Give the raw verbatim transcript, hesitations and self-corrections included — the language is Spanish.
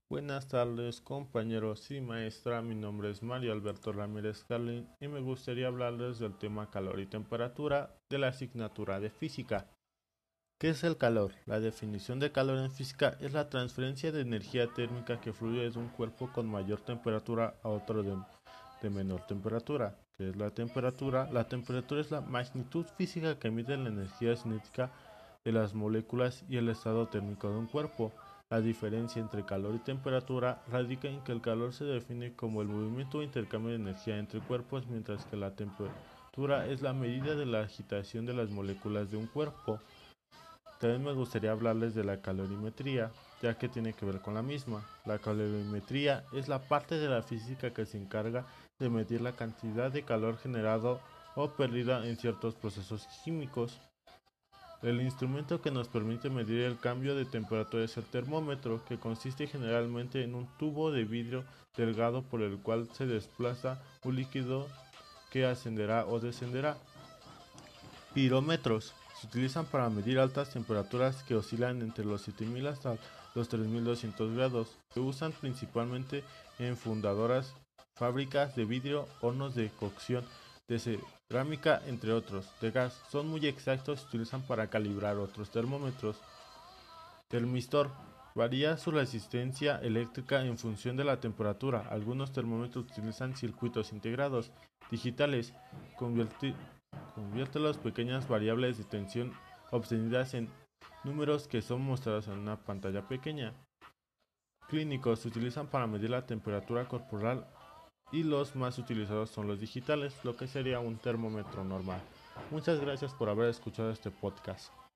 Buenas tardes, compañeros y maestra. Mi nombre es Mario Alberto Ramírez Carlin y me gustaría hablarles del tema calor y temperatura de la asignatura de física. ¿Qué es el calor? La definición de calor en física es la transferencia de energía térmica que fluye de un cuerpo con mayor temperatura a otro de, de menor temperatura. ¿Qué es la temperatura? La temperatura es la magnitud física que mide la energía cinética de las moléculas y el estado térmico de un cuerpo. La diferencia entre calor y temperatura radica en que el calor se define como el movimiento o intercambio de energía entre cuerpos, mientras que la temperatura es la medida de la agitación de las moléculas de un cuerpo. También me gustaría hablarles de la calorimetría, ya que tiene que ver con la misma. La calorimetría es la parte de la física que se encarga de medir la cantidad de calor generado o perdida en ciertos procesos químicos. El instrumento que nos permite medir el cambio de temperatura es el termómetro, que consiste generalmente en un tubo de vidrio delgado por el cual se desplaza un líquido que ascenderá o descenderá. Pirómetros se utilizan para medir altas temperaturas que oscilan entre los siete mil hasta los tres mil doscientos grados. Se usan principalmente en fundadoras, fábricas de vidrio, hornos de cocción de cerámica, entre otros, de gas. Son muy exactos y se utilizan para calibrar otros termómetros. Termistor varía su resistencia eléctrica en función de la temperatura. Algunos termómetros utilizan circuitos integrados digitales. Convierte, convierte las pequeñas variables de tensión obtenidas en números que son mostrados en una pantalla pequeña. Clínicos se utilizan para medir la temperatura corporal y los más utilizados son los digitales, lo que sería un termómetro normal. Muchas gracias por haber escuchado este podcast.